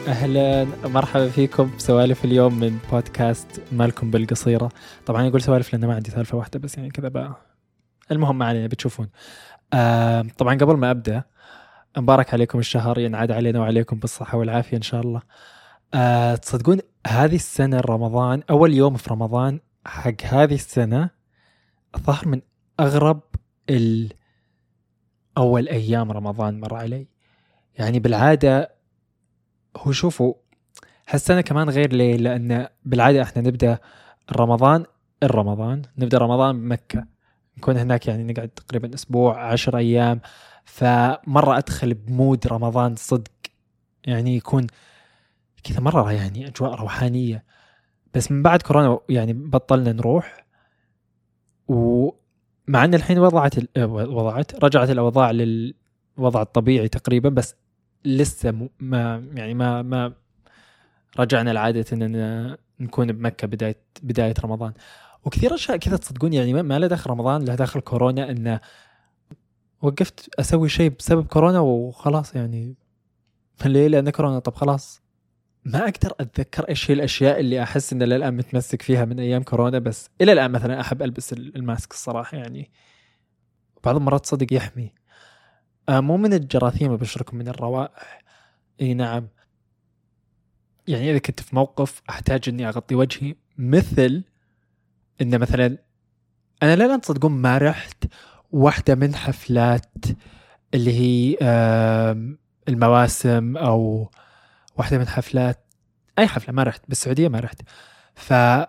أهلا مرحبا فيكم بسوالف اليوم من بودكاست مالكم بالقصيرة. طبعا أقول سوالف لأنه ما عندي سالفة واحدة بس يعني كذا بقى. المهم ما علينا بتشوفون. طبعا قبل ما أبدأ مبارك عليكم الشهر، ينعاد علينا وعليكم بالصحة والعافية إن شاء الله. تصدقون هذه السنة رمضان أول يوم في رمضان حق هذه السنة ظهر من أغرب أول أيام رمضان مر علي. يعني بالعادة هو شوفوا هالسنة كمان غير ليه، لأن بالعادة احنا نبدأ نبدأ رمضان بمكة، نكون هناك يعني نقعد تقريبا أسبوع 10 أيام، فمرة أدخل بمود رمضان صدق، يعني يكون كذا مرة يعني أجواء روحانية. بس من بعد كورونا يعني بطلنا نروح، ومع أن الحين رجعت الأوضاع للوضع الطبيعي تقريبا، بس لسه ما رجعنا لعادة أننا نكون بمكة بداية رمضان. وكثير أشياء كذا تصدقون يعني ما له داخل رمضان له داخل كورونا، أن وقفت أسوي شيء بسبب كورونا وخلاص يعني ليه؟ لأن كورونا. طب خلاص ما أقدر أتذكر إيش هي الأشياء اللي أحس أن الآن متمسك فيها من أيام كورونا، بس إلى الآن مثلا أحب ألبس الماسك الصراحة، يعني بعض المرات صدق يحمي. مو من الجراثيم أبشركم، من الروائح. إي نعم، يعني إذا كنت في موقف أحتاج إني أغطي وجهي، مثل إن مثلا أنا لا تصدقون ما رحت واحدة من حفلات اللي هي المواسم، أو واحدة من حفلات أي حفلة ما رحت، بالسعودية ما رحت. فلما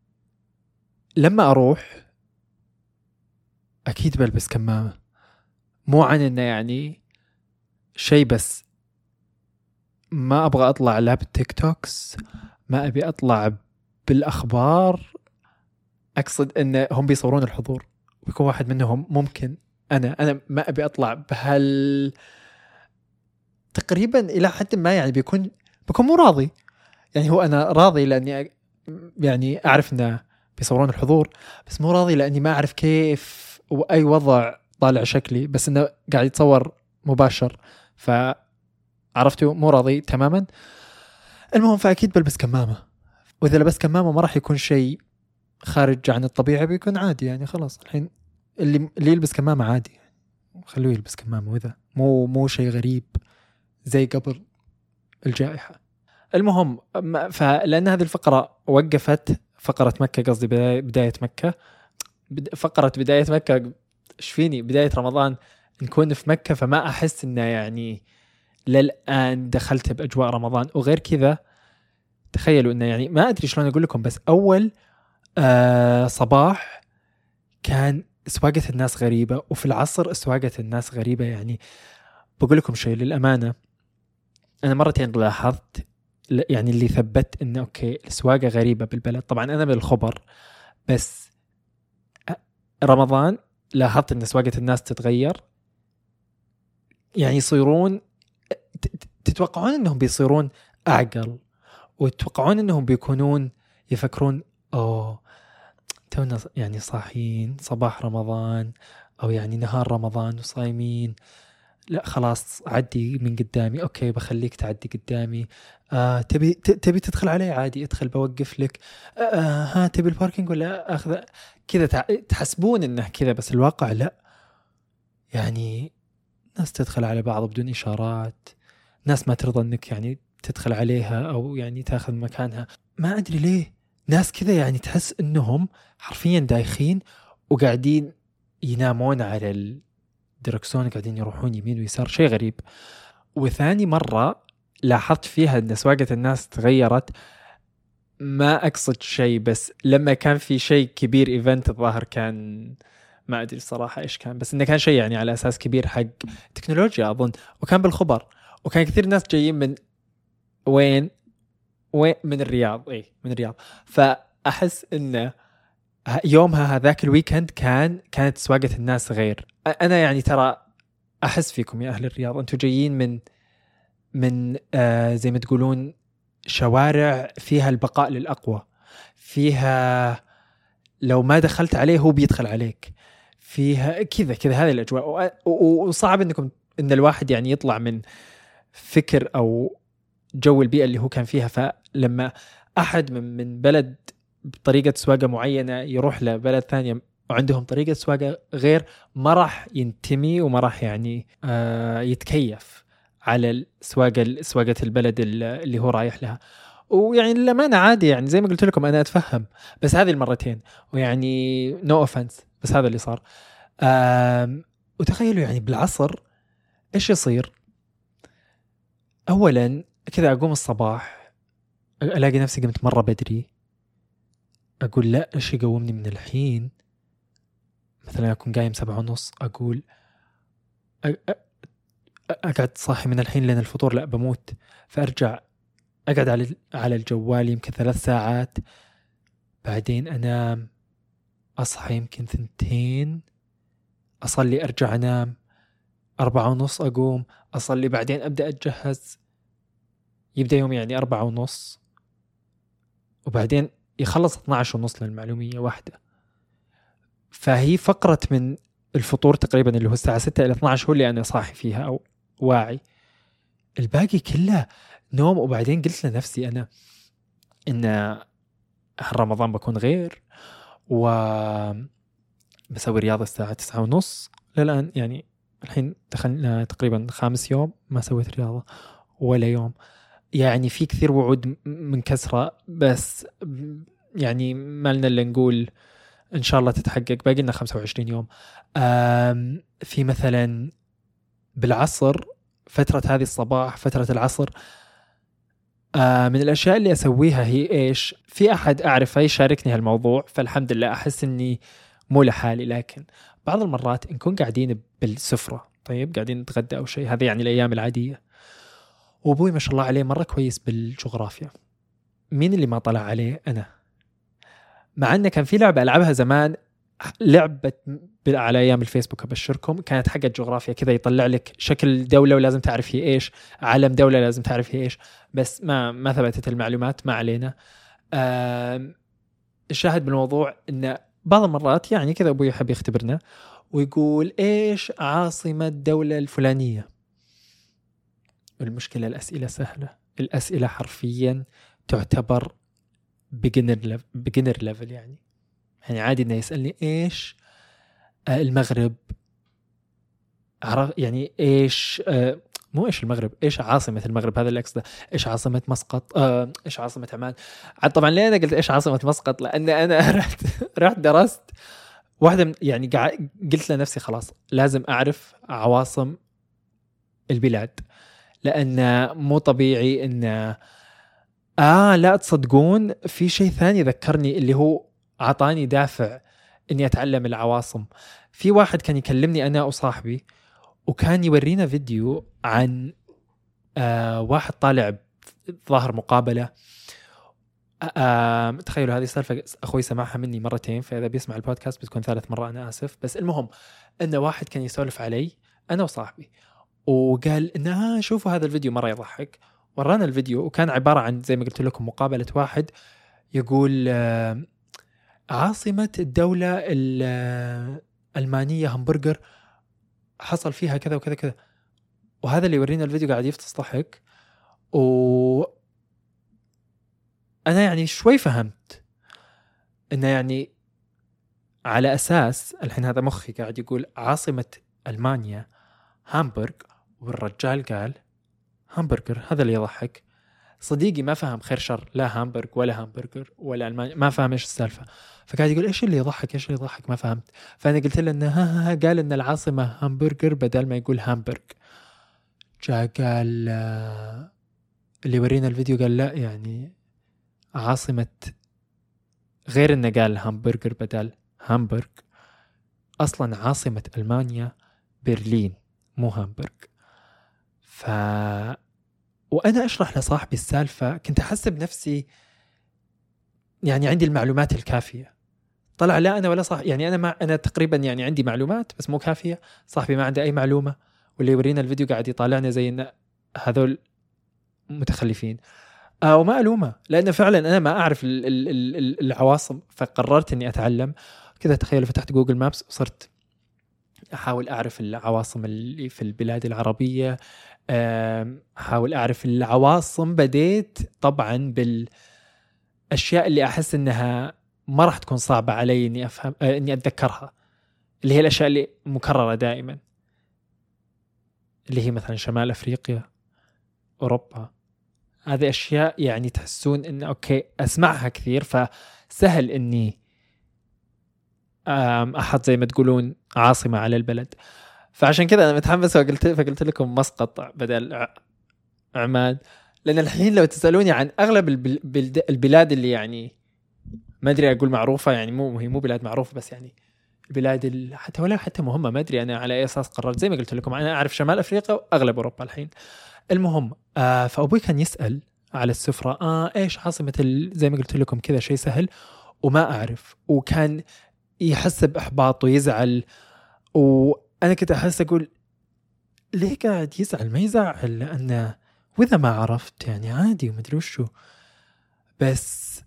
أروح أكيد بلبس كمامة، مو عن إنه يعني شيء، بس ما أبغى أطلع لا بالتيك توكس، ما أبي أطلع بالأخبار. أقصد إن هم بيصورون الحضور ويكون واحد منهم ممكن أنا ما أبي أطلع تقريبا إلى حد ما، يعني بيكون مو راضي. يعني هو أنا راضي لأني يعني أعرف إنه بيصورون الحضور، بس مو راضي لأني ما أعرف كيف وأي وضع طالع شكلي، بس إنه قاعد يتصور مباشر، فعرفتوا مو راضي تماما. المهم فأكيد بلبس كمامة، وإذا لبست كمامة ما راح يكون شيء خارج عن الطبيعي، بيكون عادي يعني خلاص. الحين اللي يلبس كمامة عادي خلوه يلبس كمامة، وإذا مو شيء غريب زي قبل الجائحة. المهم فلأن هذه الفقرة وقفت، فقرة مكة قصدي بداية مكة، فقرة بداية مكة إيش فيني بداية رمضان نكون في مكة، فما أحس إنه يعني للآن دخلت بأجواء رمضان. وغير كذا تخيلوا إنه يعني ما أدري شلون أقول لكم، بس أول صباح كان سواقة الناس غريبة، وفي العصر سواقة الناس غريبة. يعني بقول لكم شيء للأمانة، أنا مرتين لاحظت يعني اللي ثبت إنه أوكي السواقة غريبة بالبلد. طبعا أنا بالخبر، بس رمضان لاحظت إن سواقة الناس تتغير، يعني يصيرون تتوقعون إنهم بيصيرون أعقل، وتتوقعون إنهم بيكونون يفكرون تونا يعني صاحيين صباح رمضان، أو يعني نهار رمضان وصايمين، لا خلاص عدي من قدامي، أوكي بخليك تعدي قدامي. تبي تدخل علي عادي ادخل بوقف لك. ها تبي الباركينج ولا أخذ كذا، تحسبون إنه كذا، بس الواقع لا. يعني ناس تدخل على بعض بدون إشارات، ناس ما ترضى إنك يعني تدخل عليها أو يعني تأخذ مكانها، ما أدري ليه ناس كذا. يعني تحس إنهم حرفيا دايخين وقاعدين ينامون على الدركسون، قاعدين يروحون يمين ويسار، شيء غريب. وثاني مرة لاحظت فيها أن سواقة الناس تغيرت، ما أقصد شيء، بس لما كان في شيء كبير إيفنت الظاهر، كان ما أدري الصراحة إيش كان، بس إنه كان شيء يعني على أساس كبير حق تكنولوجيا أظن، وكان بالخبر، وكان كثير ناس جايين من وين من الرياض. من الرياض. فأحس إنه يومها هذاك الويكند كانت سواقة الناس غير. أنا يعني ترى أحس فيكم يا أهل الرياض، أنتوا جايين من زي ما تقولون شوارع فيها البقاء للأقوى، فيها لو ما دخلت عليه هو بيدخل عليك، فيها كذا هذه الأجواء. وصعب إن الواحد يعني يطلع من فكر أو جو البيئة اللي هو كان فيها. فلما أحد من بلد بطريقة سواقة معينة يروح لبلد ثانية وعندهم طريقة سواقة غير، ما راح ينتمي وما راح يعني يتكيف على سواقة البلد اللي هو رايح لها. ويعني للأمانة عادي، يعني زي ما قلت لكم أنا أتفهم، بس هذه المرتين ويعني نو أوفنس، بس هذا اللي صار. وتخيلوا يعني بالعصر إيش يصير. أولا كذا أقوم الصباح ألاقي نفسي قمت مرة بدري، أقول لا إيش يقومني من الحين، مثلا أكون قايم 7:30 أقول أقعد صاحي من الحين لين الفطور، لا بموت. فأرجع أقعد على الجوال يمكن 3 ساعات، بعدين أنام، أصحى يمكن 2، أصلي أرجع أنام، 4:30 أقوم أصلي، بعدين أبدأ أتجهز، يبدأ يوم يعني 4:30، وبعدين يخلص 12:30 للمعلومية واحدة. فهي فقرة من الفطور تقريبا اللي هو الساعة 6 إلى 12 هو اللي أنا صاحي فيها أو واعي، الباقي كله نوم. وبعدين قلت لنفسي أنا إن رمضان بكون غير، وبسوي رياضة الساعة 9:30 للآن. يعني الحين دخلنا تقريبا 5 يوم ما سويت رياضة ولا يوم. يعني في كثير وعود منكسرة، بس يعني ما لنا إلا نقول إن شاء الله تتحقق. باقي لنا 25 يوم. في مثلا بالعصر، فترة هذه الصباح، فترة العصر، من الأشياء اللي أسويها هي إيش؟ في أحد أعرفه يشاركني هالموضوع، فالحمد لله أحس إني مو لحالي. لكن بعض المرات نكون قاعدين بالسفرة، طيب قاعدين نتغدى أو شيء، هذه يعني الأيام العادية، وأبوي ما شاء الله عليه مرة كويس بالجغرافيا. مين اللي ما طلع عليه؟ أنا. مع أنه كان في لعبة ألعبها زمان، لعبة على أيام الفيسبوك أبشركم، كانت حقة جغرافيا كذا، يطلع لك شكل دولة ولازم تعرف هي إيش، علم دولة لازم تعرف هي إيش، بس ما ثبتت المعلومات، ما علينا. الشاهد بالموضوع إن بعض المرات يعني كذا أبوي يحب يختبرنا ويقول إيش عاصمة الدولة الفلانية. المشكلة الأسئلة سهلة، الأسئلة حرفيا تعتبر beginner level. يعني عادي إنه يسألني إيش المغرب، يعني إيش مو إيش المغرب، إيش عاصمة المغرب، هذا اللي أقصده. إيش عاصمة مسقط، إيش عاصمة عمان. طبعا ليه أنا قلت إيش عاصمة مسقط؟ لأن أنا رحت درست واحدة يعني قلت لنفسي خلاص لازم أعرف عواصم البلاد، لأن مو طبيعي إن لا تصدقون في شيء ثاني ذكرني اللي هو عطاني دافع إني أتعلم العواصم. في واحد كان يكلمني أنا وصاحبي، وكان يورينا فيديو عن واحد طالع ظاهر مقابلة. تخيلوا هذه السالفة أخوي سمعها مني مرتين، فإذا بيسمع البودكاست بتكون 3 مرة، أنا آسف. بس المهم أن واحد كان يسولف علي أنا وصاحبي، وقال إنها شوفوا هذا الفيديو مرة يضحك. ورانا الفيديو، وكان عبارة عن زي ما قلت لكم مقابلة واحد يقول عاصمة الدولة الألمانية همبرجر، حصل فيها كذا وكذا كذا. وهذا اللي يورينا الفيديو قاعد يفطس ضحك، وأنا يعني شوي فهمت إنه يعني على أساس الحين هذا مخي قاعد يقول عاصمة ألمانيا هامبورغ، والرجال قال همبرجر. هذا اللي يضحك. صديقي ما فهم خير شر، لا هامبورغ ولا همبرجر ولا ألمانيا، ما فهم إيش السالفة. فقاعد يقول إيش اللي يضحك، إيش اللي يضحك، ما فهمت. فأنا قلت له إنه ها قال إن العاصمة همبرجر بدل ما يقول هامبورغ. جاء قال اللي ورينا الفيديو قال لا، يعني عاصمة، غير إنه قال همبرجر بدل هامبورغ، أصلا عاصمة ألمانيا برلين مو هامبورغ. وأنا أشرح لصاحبي السالفة كنت أحسب نفسي يعني عندي المعلومات الكافية. طلع لا، أنا ولا صاحبي، يعني أنا تقريبا يعني عندي معلومات بس مو كافية. صاحبي ما عنده أي معلومة، واللي يورينا الفيديو قاعد يطالعنا زي إن هذول متخلفين. وما ألومه، لأنه فعلا أنا ما أعرف العواصم، فقررت إني أتعلم كذا. تخيل فتحت جوجل مابس وصرت أحاول أعرف العواصم اللي في البلاد العربية، أحاول أعرف العواصم. بديت طبعا بالأشياء اللي أحس أنها ما راح تكون صعبة علي إني أفهم، إني أتذكرها، اللي هي الأشياء اللي مكررة دائما، اللي هي مثلا شمال أفريقيا، أوروبا. هذه أشياء يعني تحسون إن أوكي أسمعها كثير، فسهل إني أحط زي ما تقولون عاصمة على البلد. فعشان كذا أنا متحمس فقلت لكم مسقط بدل عمان، لأن الحين لو تسألوني عن أغلب البلاد اللي يعني ما أدري أقول معروفة، يعني هي مو بلاد معروفة، بس يعني البلاد حتى ولا حتى مهمة، ما أدري أنا على أي أساس قررت. زي ما قلت لكم أنا أعرف شمال أفريقيا وأغلب أوروبا الحين. المهم فأبوي كان يسأل على السفرة إيش عاصمة زي ما قلت لكم كذا شيء سهل وما أعرف، وكان يحس بإحباط ويزعل، وأنا كنت أحس أقول ليه قاعد يزعل؟ ما يزعل، لأنه وإذا ما عرفت يعني عادي ومدري وشو. بس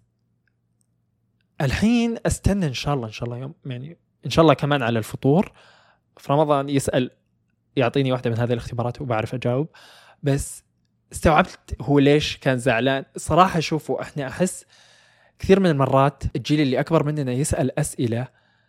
الحين أستنى إن شاء الله يوم، يعني إن شاء الله كمان على الفطور في رمضان يسأل يعطيني واحدة من هذه الاختبارات وبعرف أجاوب. بس استوعبت هو ليش كان زعلان صراحة. شوفوا إحنا أحس كثير من المرات الجيل اللي أكبر مننا يسأل أسئلة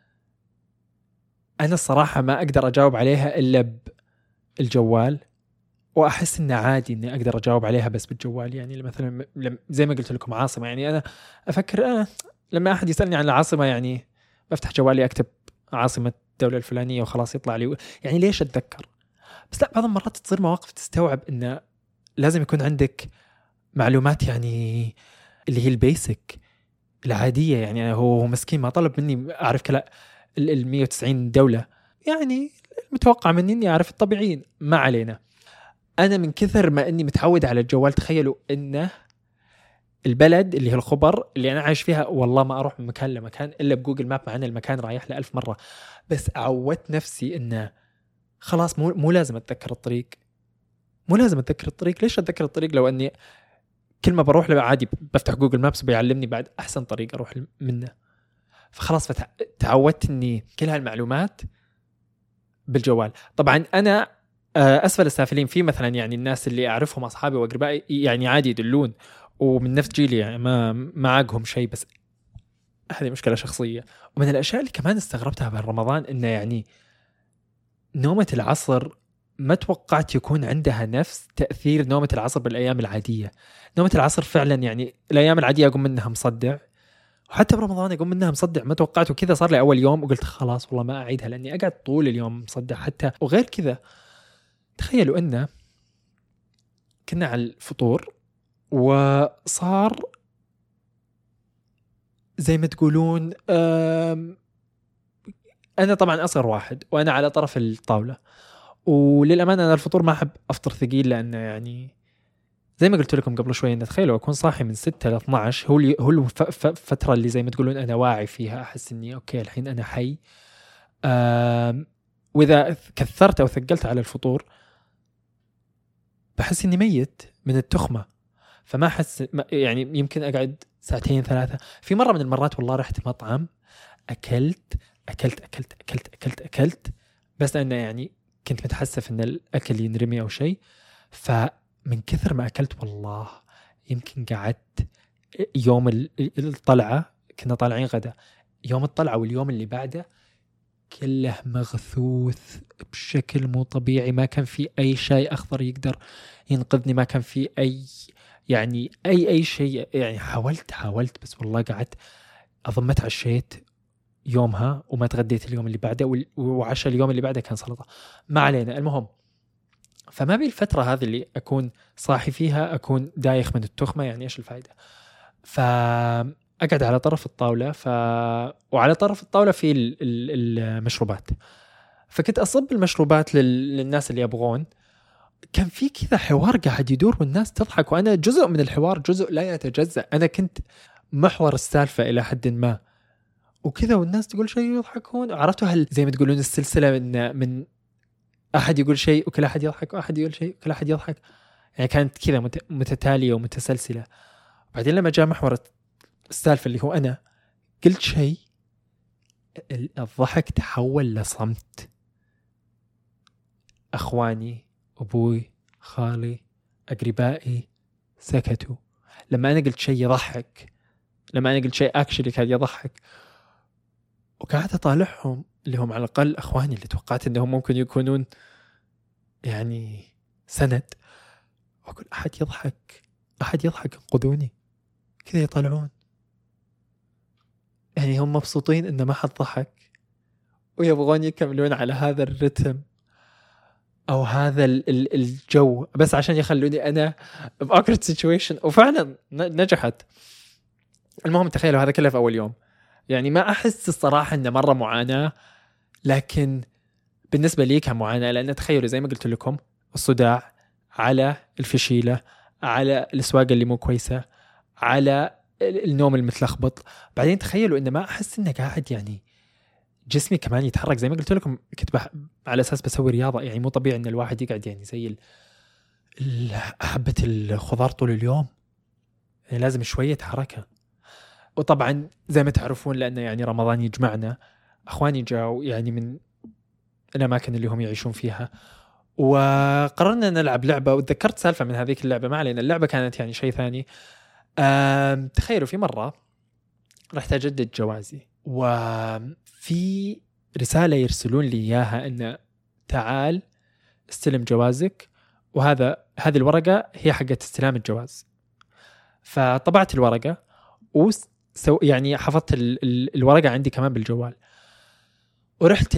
أنا الصراحة ما أقدر أجاوب عليها إلا بالجوال، وأحس إنه عادي إني أقدر أجاوب عليها بس بالجوال. يعني مثلا زي ما قلت لكم عاصمة، يعني أنا أفكر لما أحد يسألني عن العاصمة يعني بفتح جوالي أكتب عاصمة الدولة الفلانية وخلاص يطلع لي، يعني ليش أتذكر؟ بس لا، بعض المرات تصير مواقف تستوعب إنه لازم يكون عندك معلومات يعني اللي هي البيسك العادية. يعني هو مسكين ما طلب مني أعرف كلا 190 دولة، يعني المتوقع مني إني أعرف الطبيعيين. ما علينا. أنا من كثر ما إني متعود على الجوال، تخيلوا إنه البلد اللي هي الخبر اللي أنا عايش فيها والله ما أروح من مكان لمكان إلا بجوجل ماب، مع أن المكان رايح ل1000 مرة. بس عودت نفسي إنه خلاص مو لازم أتذكر الطريق. ليش أتذكر الطريق لو أني كل ما بروح له عادي بفتح جوجل مابس بيعلمني بعد أحسن طريق أروح منه. فخلاص فتعودت إني كل هالمعلومات بالجوال. طبعا أنا أسفل السافلين في مثلا يعني الناس اللي أعرفهم أصحابي وأقربائي يعني عادي يدلون ومن نفس جيلي، يعني ما عاقهم شيء، بس هذه مشكلة شخصية. ومن الأشياء اللي كمان استغربتها برمضان إنه يعني نومة العصر ما توقعت يكون عندها نفس تأثير نومة العصر بالأيام العادية. نومة العصر فعلا يعني الأيام العادية أقوم منها مصدع، وحتى برمضان أقوم منها مصدع ما توقعت. وكذا صار لي أول يوم وقلت خلاص والله ما أعيدها، لأني أقعد طول اليوم مصدع حتى. وغير كذا تخيلوا أنه كنا على الفطور وصار زي ما تقولون أنا طبعا أصغر واحد وأنا على طرف الطاولة، وللأمانة أنا الفطور ما أحب أفطر ثقيل، لأنه يعني زي ما قلت لكم قبل شوي إن تخيلوا أكون صاحي من 6 ل 12 هو الفترة اللي زي ما تقولون أنا واعي فيها، أحس إني أوكي الحين أنا حي. وإذا كثرت أو ثقلت على الفطور بحس إني ميت من التخمة، فما أحس يعني يمكن أقعد 2 3 ساعات. في مرة من المرات والله رحت مطعم أكلت أكلت أكلت أكلت أكلت أكلت بس أنا يعني كنت متحسف إن الأكل ينرمي أو شيء. فمن كثر ما أكلت والله يمكن قعدت يوم الطلعة، كنا طالعين غدا، يوم الطلعة واليوم اللي بعده كله مغثوث بشكل مو طبيعي. ما كان في أي شيء أخضر يقدر ينقذني، ما كان في أي يعني أي شيء. يعني حاولت بس والله قعدت أضمت عشيت يومها وما تغديت اليوم اللي بعده، وعشاء اليوم اللي بعده كان سلطة. ما علينا. المهم فما بي الفترة هذه اللي أكون صاحي فيها أكون دايخ من التخمة، يعني إيش الفائدة؟ فأقعد على طرف الطاولة وعلى طرف الطاولة في المشروبات، فكنت أصب المشروبات للناس اللي يبغون. كان في كذا حوار قاعد يدور والناس تضحك، وأنا جزء من الحوار، جزء لا يتجزأ. أنا كنت محور السالفة إلى حد ما وكذا، والناس تقول شيء يضحكون. عرفتوا زي ما تقولون السلسلة من أحد يقول شيء وكل أحد يضحك، وأحد يقول شيء وكل أحد يضحك. يعني كانت كذا متتالية ومتسلسلة. بعدين لما جاء محور السالفة اللي هو أنا قلت شيء، الضحك تحول لصمت. أخواني، أبوي، خالي، أقربائي سكتوا لما أنا قلت شيء يضحك، لما أنا قلت شيء أكشلي كان يضحك. وقاعد أطالعهم اللي هم على الأقل أخواني اللي توقعت أنهم ممكن يكونون يعني سند، وأقول أحد يضحك انقذوني. كذا يطلعون يعني هم مبسوطين إن ما حد ضحك ويبغون يكملون على هذا الرتم أو هذا الجو بس عشان يخلوني أنا بأوكرد سيتويشن. وفعلا نجحت. المهم تخيلوا هذا كله في أول يوم. يعني ما أحس الصراحة إنه مرة معاناة، لكن بالنسبة لي كان معاناة، لأن تخيلوا زي ما قلت لكم الصداع، على الفشيلة، على الأسواق اللي مو كويسة، على النوم المتلخبط. بعدين تخيلوا إن ما أحس إنه قاعد يعني جسمي كمان يتحرك. زي ما قلت لكم كنت على أساس بسوي رياضة. يعني مو طبيعي إن الواحد يقعد يعني زي حبة الخضار طول اليوم، يعني لازم شوية حركة. وطبعا زي ما تعرفون لأنه يعني رمضان يجمعنا، أخواني جاوا يعني من الأماكن اللي هم يعيشون فيها، وقررنا نلعب لعبة. وتذكرت سالفة من هذيك اللعبة، ما علينا، اللعبة كانت يعني شيء ثاني. تخيلوا في مرة رحت أجدد جوازي، وفي رسالة يرسلون لي إياها إن تعال استلم جوازك، هذه الورقة هي حقة استلام الجواز. فطبعت الورقة يعني حفظت الورقة عندي كمان بالجوال، ورحت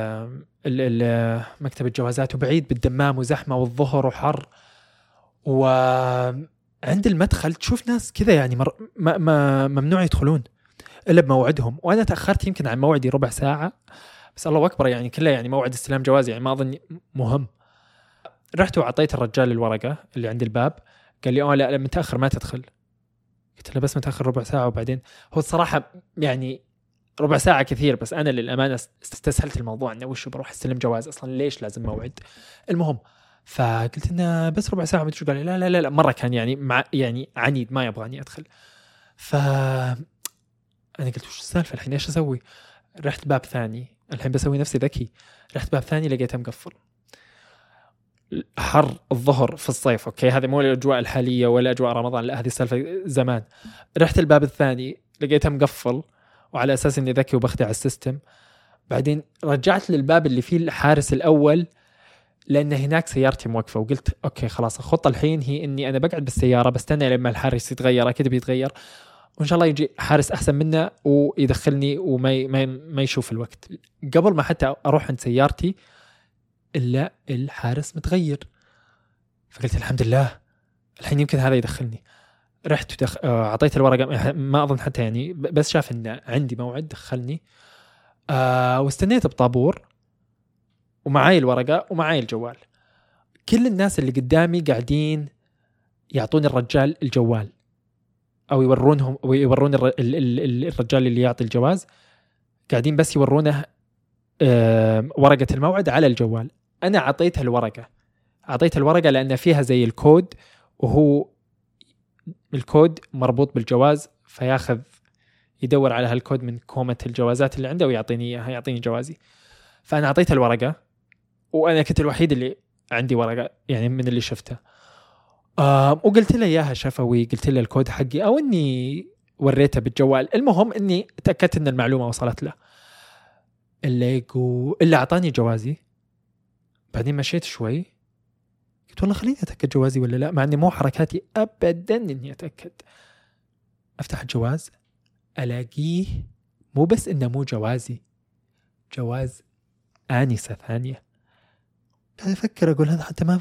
مكتب الجوازات، وبعيد بالدمام وزحمة والظهر وحر، وعند المدخل تشوف ناس كذا يعني ممنوع يدخلون إلا بموعدهم، وأنا تأخرت يمكن عن موعدي ربع ساعة، بس الله أكبر يعني كله يعني موعد استلام جوازي، يعني ما أظن مهم. رحت وعطيت الرجال الورقة اللي عند الباب، قال لي لا متأخر ما تدخل. قلت له بس متأخر ربع ساعة. وبعدين هو الصراحة يعني ربع ساعة كثير، بس أنا للأمانة استسهلت الموضوع إنه وش بروح استلم جواز أصلا، ليش لازم موعد؟ المهم فقلت إنه بس ربع ساعة. متى شو قال لي لا مرة كان يعني عنيد ما يبغاني أدخل. أنا قلت وش السالفة الحين، إيش أسوي؟ رحت باب ثاني، الحين بسوي نفسي ذكي. رحت باب ثاني لقيته مقفل. حر الظهر في الصيف، أوكي هذه مو الأجواء الحالية ولا أجواء رمضان، لا هذه السالفة زمان. رحت الباب الثاني لقيته مقفل، وعلى أساس إني ذكي وبخدع السيستم. بعدين رجعت للباب اللي فيه الحارس الأول، لأن هناك سيارتي موقفة، وقلت أوكي خلاص الخطة الحين هي إني أنا بقعد بالسيارة بستنى لما الحارس يتغير، أكيد بيتغير، وإن شاء الله يجي حارس أحسن منه ويدخلني وما يشوف الوقت قبل ما حتى أروح عند سيارتي إلا الحارس متغير. فقلت الحمد لله الحين يمكن هذا يدخلني. رحت أعطيت الورقة، ما أظن حتى يعني بس شاف إن عندي موعد دخلني. واستنيت بطابور، ومعاي الورقة ومعاي الجوال. كل الناس اللي قدامي قاعدين يعطون الرجال الجوال، أو يورون الرجال اللي يعطي الجواز قاعدين بس يورونه ورقة الموعد على الجوال. أنا أعطيت الورقة لأن فيها زي الكود، وهو الكود مربوط بالجواز، فياخذ يدور على هالكود من كومة الجوازات اللي عنده ويعطيني إياها، يعطيني جوازي. فأنا أعطيت الورقة، وأنا كنت الوحيد اللي عندي ورقة يعني من اللي شفته. وقلت له إياها شفوي، قلت له الكود حقي، أو إني وريته بالجوال. المهم إني تأكدت إن المعلومة وصلت له. اللي أعطاني جوازي. بعدين مشيت شوي، قلت والله خليني أتأكد جوازي ولا لا، مع إني مو حركاتي أبدا إني أتأكد. أفتح الجواز ألاقيه مو بس إنه مو جوازي، جواز آنسة ثانية. قاعد أفكر أقول هذا حتى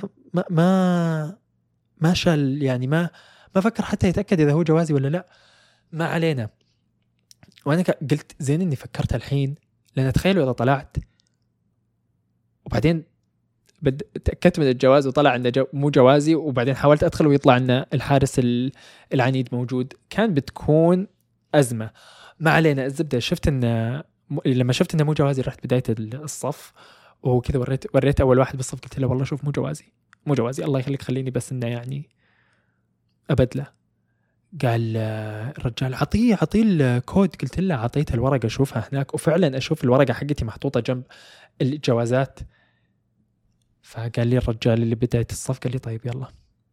ما شال يعني ما فكر حتى يتأكد إذا هو جوازي ولا لا. ما علينا. وأنا قلت زين إني فكرت الحين، لأن تخيلوا إذا طلعت وبعدين تأكدت من الجواز وطلع إنه مو جوازي، وبعدين حاولت أدخل ويطلع إن الحارس العنيد موجود، كان بتكون أزمة. ما علينا. الزبدة شفت إن لما شفت إنه مو جوازي رحت بداية الصف وكذا، وريت أول واحد بالصف، قلت له والله شوف مو جوازي الله يخليك خليني بس إنه يعني أبدله. قال الرجال عطيه الكود. قلت له عطيته الورقة أشوفها هناك، وفعلا أشوف الورقة حقتي محطوطة جنب الجوازات. فقال لي الرجال اللي بداية الصف قال لي طيب يلا.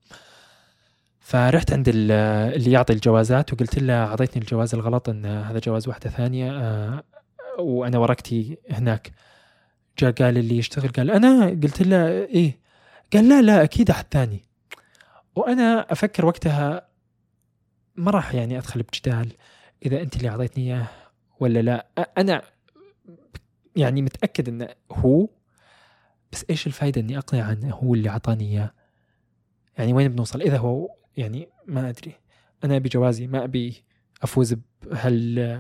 فرحت عند اللي يعطي الجوازات وقلت له أعطيتني الجواز الغلط، إن هذا جواز واحدة ثانية وأنا ورقتي هناك. جاء قال اللي يشتغل قال أنا، قلت له إيه، قال لا أكيد أحد ثاني. وأنا أفكر وقتها ما راح يعني أدخل بجدال إذا أنت اللي أعطيتني إياه ولا لا، أنا يعني متأكد إنه هو، بس إيش الفايدة إني أقنع عنه هو اللي أعطاني إياه؟ يعني وين بنوصل إذا هو يعني ما أدري. أنا أبي جوازي، ما أبي أفوز بهالجدال.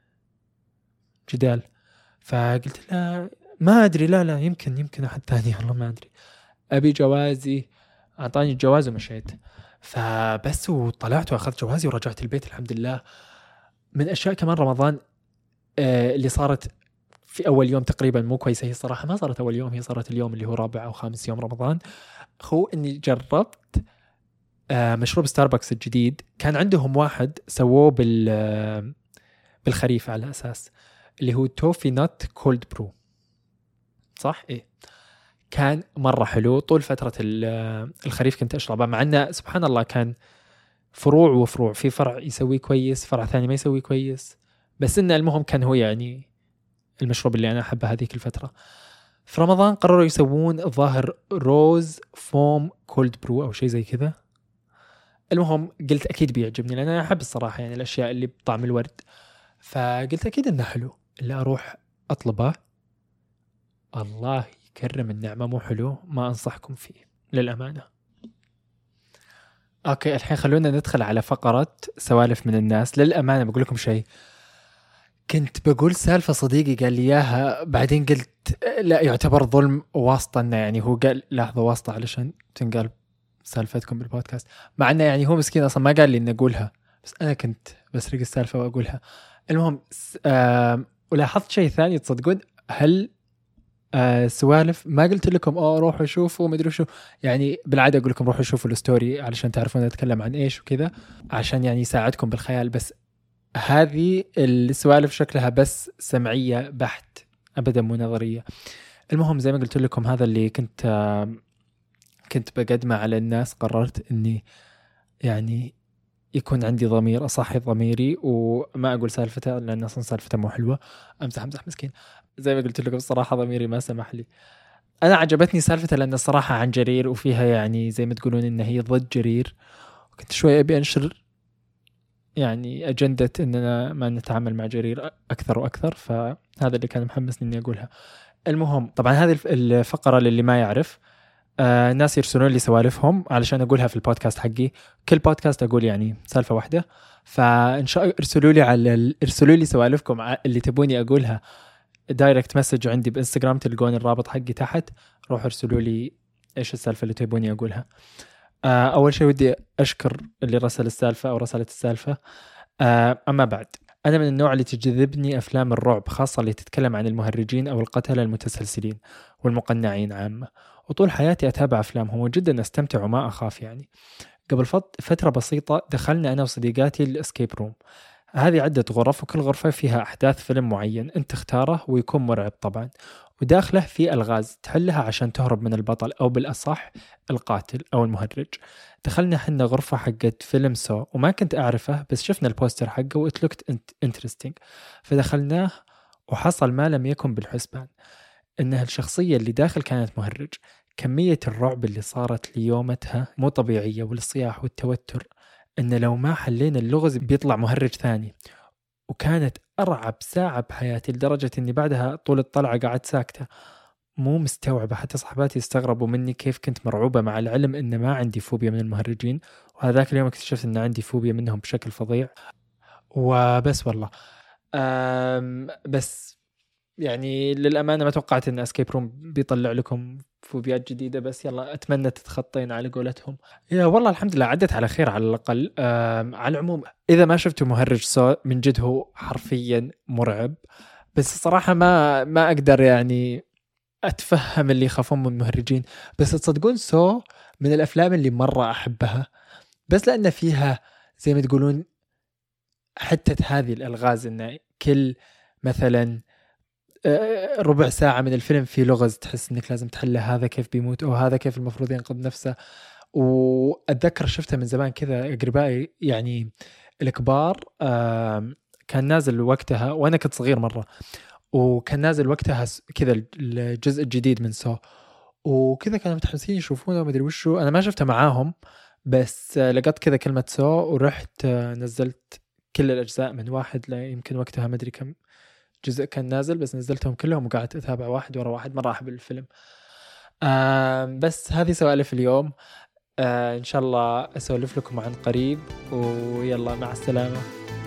فقلت لا ما أدري، لا يمكن أحد ثاني، والله ما أدري، أبي جوازي. أعطاني الجواز ومشيت. فبس وطلعت وأخذت جوازي ورجعت البيت الحمد لله. من أشياء كمان رمضان اللي صارت في أول يوم تقريبا مو كويسة، هي صراحة ما صارت أول يوم، هي صارت اليوم اللي هو 4 أو 5 يوم رمضان. هو إني جربت مشروب ستاربكس الجديد. كان عندهم واحد سووه بالخريف على أساس اللي هو توفي نوت كولد برو، صح؟ إيه، كان مرة حلو. طول فترة الخريف كنت أشربه، مع أنه سبحان الله كان فروع وفروع، في فرع يسوي كويس، فرع ثاني ما يسوي كويس، بس إنه المهم كان هو يعني المشروب اللي أنا أحبه هذيك الفترة. في رمضان قرروا يسوون الظاهر روز فوم كولد برو أو شيء زي كذا. المهم قلت أكيد بيعجبني لأن أنا أحب الصراحة يعني الأشياء اللي بطعم الورد، فقلت أكيد إنه حلو اللي أروح أطلبه. الله يكرم النعمة مو حلو، ما أنصحكم فيه للأمانة. أوكي الحين خلونا ندخل على فقرة سوالف من الناس. للأمانة بقول لكم شيء، كنت بقول سالفة صديقي قال لي إياها، بعدين قلت لا يعتبر ظلم واسطة، إنه يعني هو قال لحظة واسطة علشان تنقال سالفتكم بالبودكاست، مع إنه يعني هو مسكين أصلا ما قال لي إن أقولها، بس أنا كنت بسرق السالفة وأقولها. المهم ولاحظت شيء ثاني تصدقون، هل سوالف ما قلت لكم روحوا شوفوا ما ادري شو، يعني بالعاده اقول لكم روحوا شوفوا الستوري علشان تعرفون اتكلم عن ايش وكذا، عشان يعني يساعدكم بالخيال. بس هذه السوالف شكلها بس سمعيه بحت، ابدا مو نظريه. المهم زي ما قلت لكم هذا اللي كنت بقدمه على الناس، قررت اني يعني يكون عندي ضمير، أصحي ضميري وما أقول سالفته لأن أصلا سالفته مو حلوة، أمزح مسكين. زي ما قلت لكم الصراحة ضميري ما سمح لي. أنا عجبتني سالفته لأن الصراحة عن جرير، وفيها يعني زي ما تقولون إن هي ضد جرير، وكنت شوي أبي أنشر يعني أجندة إننا ما نتعامل مع جرير أكثر وأكثر، فهذا اللي كان محمسني إني أقولها. المهم طبعا هذه الفقرة للي ما يعرف، ناس يرسلون لي سوالفهم علشان أقولها في البودكاست حقي. كل بودكاست أقول يعني سالفة واحدة، فإن شاء الله ارسلوا لي سوالفكم اللي تبوني أقولها دايركت مسج عندي بإنستغرام، تلقون الرابط حقي تحت، روحوا ارسلوا لي إيش السالفة اللي تبوني أقولها. أول شيء ودي أشكر اللي رسل السالفة أو رسلت السالفة. أما بعد، أنا من النوع اللي تجذبني أفلام الرعب، خاصة اللي تتكلم عن المهرجين أو القتلة المتسلسلين والمقنعين عامة، وطول حياتي أتابع أفلامهم وجدا أستمتع وما أخاف. يعني قبل فترة بسيطة دخلنا أنا وصديقاتي الاسكيب روم. هذه عدة غرف وكل غرفة فيها أحداث فيلم معين أنت تختاره ويكون مرعب طبعا، وداخله في ألغاز تحلها عشان تهرب من البطل أو بالأصح القاتل أو المهرج. دخلنا حنا غرفة حقت فيلم سو وما كنت أعرفه، بس شفنا البوستر حقه وإت لوكت انترستينج، فدخلناه وحصل ما لم يكن بالحسبان، إنها الشخصية اللي داخل كانت مهرج. كمية الرعب اللي صارت لي يومتها مو طبيعية، والصياح والتوتر إن لو ما حلينا اللغز بيطلع مهرج ثاني. وكانت أرعب ساعة بحياتي، لدرجة إني بعدها طول الطلعة قعدت ساكتة مو مستوعبة. حتى صحباتي استغربوا مني كيف كنت مرعوبة، مع العلم إن ما عندي فوبيا من المهرجين، وهذاك اليوم اكتشفت إن عندي فوبيا منهم بشكل فظيع. وبس والله بس يعني للأمانة ما توقعت إن اسكيب روم بيطلع لكم فوبيات جديدة، بس يلا أتمنى تتخطين على قولتهم. يا والله الحمد لله عدت على خير على الأقل. على العموم إذا ما شفتوا مهرج سو، من جد هو حرفيا مرعب، بس الصراحة ما أقدر يعني أتفهم اللي يخافون من المهرجين. بس تصدقون سو من الأفلام اللي مرة أحبها، بس لأن فيها زي ما تقولون حتة هذه الألغاز، إن كل مثلا ربع ساعة من الفيلم في لغز تحس انك لازم تحله، هذا كيف بيموت او هذا كيف المفروض ينقذ نفسه. واتذكر شفتها من زمان كذا، اقربائي يعني الكبار كان نازل وقتها وانا كنت صغير مرة، وكان نازل وقتها كذا الجزء الجديد من سو، وكذا كانوا متحمسين يشوفونه وما ادري وشو. انا ما شفته معاهم، بس لقيت كذا كلمة سو ورحت نزلت كل الأجزاء من واحد، لا يمكن وقتها ما أدري كم جزء كان نازل، بس نزلتهم كلهم وقعدت أتابع واحد ورا واحد. مرة أحب الفيلم. بس هذه سوالف اليوم. إن شاء الله أسولف لكم عن قريب، ويلا مع السلامة.